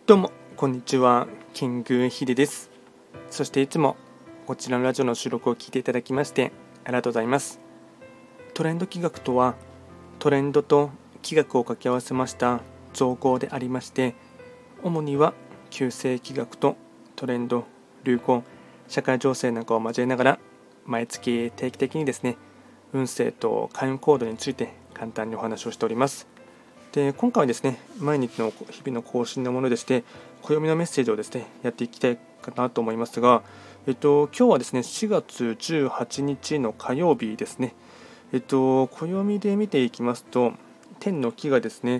どうもこんにちは、キングヒデです。そしていつもこちらのラジオの収録を聞いていただきましてありがとうございます。トレンド企画とは、トレンドと企画を掛け合わせました造語でありまして、主には旧世企画とトレンド、流行、社会情勢なんかを交えながら毎月定期的にですね、運勢と開運行動について簡単にお話をしております。で、今回はですね、毎日の日々の更新のものでして、暦のメッセージをですね、やっていきたいかなと思いますが、今日はですね、4月18日の火曜日ですね。暦で見ていきますと、天の木がですね、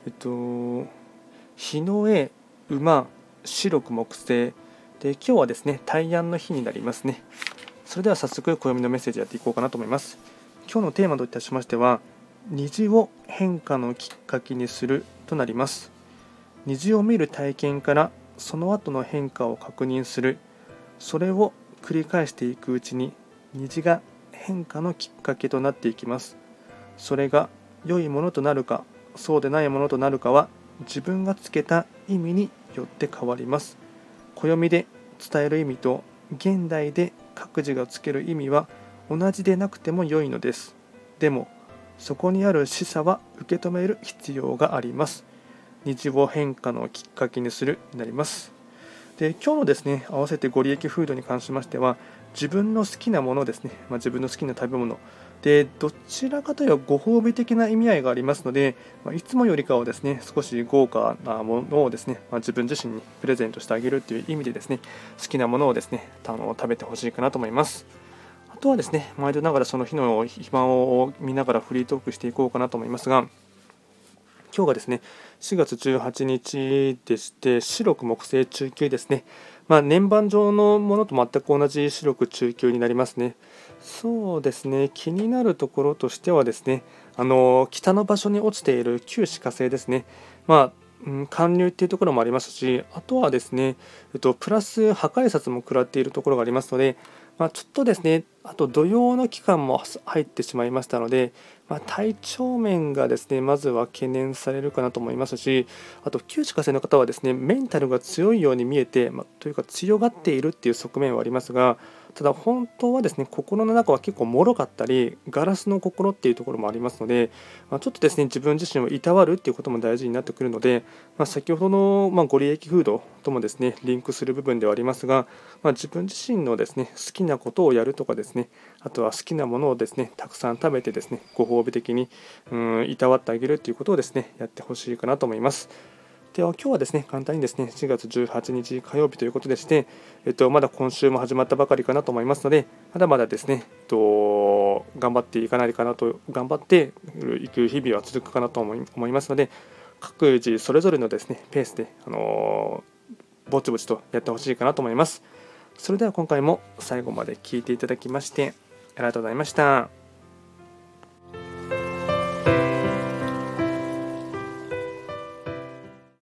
日の絵、馬、白く木星で、今日はですね、大安の日になりますね。それでは早速、暦のメッセージやっていこうかなと思います。今日のテーマといたしましては、虹を変化のきっかけにするとなります。虹を見る体験からその後の変化を確認する、それを繰り返していくうちに虹が変化のきっかけとなっていきます。それが良いものとなるかそうでないものとなるかは自分がつけた意味によって変わります。暦で伝える意味と現代で各自がつける意味は同じでなくても良いのです。でもそこにある示唆は受け止める必要があります。虹を変化のきっかけにするになります。で、今日のですね、合わせてご利益フードに関しましては、自分の好きなものですね、自分の好きな食べ物で、どちらかというとご褒美的な意味合いがありますので、いつもよりかはですね、少し豪華なものをですね、自分自身にプレゼントしてあげるという意味でですね、好きなものをですね、食べてほしいかなと思います。あとはですね、毎度ながらその日の暇を見ながらフリートークしていこうかなと思いますが、今日がですね、4月18日でして、白く木星中級ですね。年番上のものと全く同じ白く中級になりますね。そうですね、気になるところとしてはですね、北の場所に落ちている旧歯科星ですね。貫入っていうところもありますし、あとはですね、プラス破壊札も食らっているところがありますので、ちょっとですね、あと土曜の期間も入ってしまいましたので、体調面がですね、まずは懸念されるかなと思いますし、あと旧歯科生の方はですね、メンタルが強いように見えて、というか強がっているっていう側面はありますが、ただ本当はですね、心の中は結構脆かったり、ガラスの心っていうところもありますので、ちょっとですね、自分自身をいたわるっていうことも大事になってくるので、先ほどのご利益フードともですね、リンクする部分ではありますが、自分自身のですね、好きなことをやるとかですね、あとは好きなものをですね、たくさん食べてですね、ご褒美的にいたわってあげるということをですね、やってほしいかなと思います。では今日はですね、簡単にですね、4月18日火曜日ということでして、まだ今週も始まったばかりかなと思いますので、まだまだですね、頑張っていかないかなと、頑張っていく日々は続くかなと思いますので、各自それぞれのですね、ペースで、ぼちぼちとやってほしいかなと思います。それでは今回も最後まで聞いていただきまして、ありがとうございました。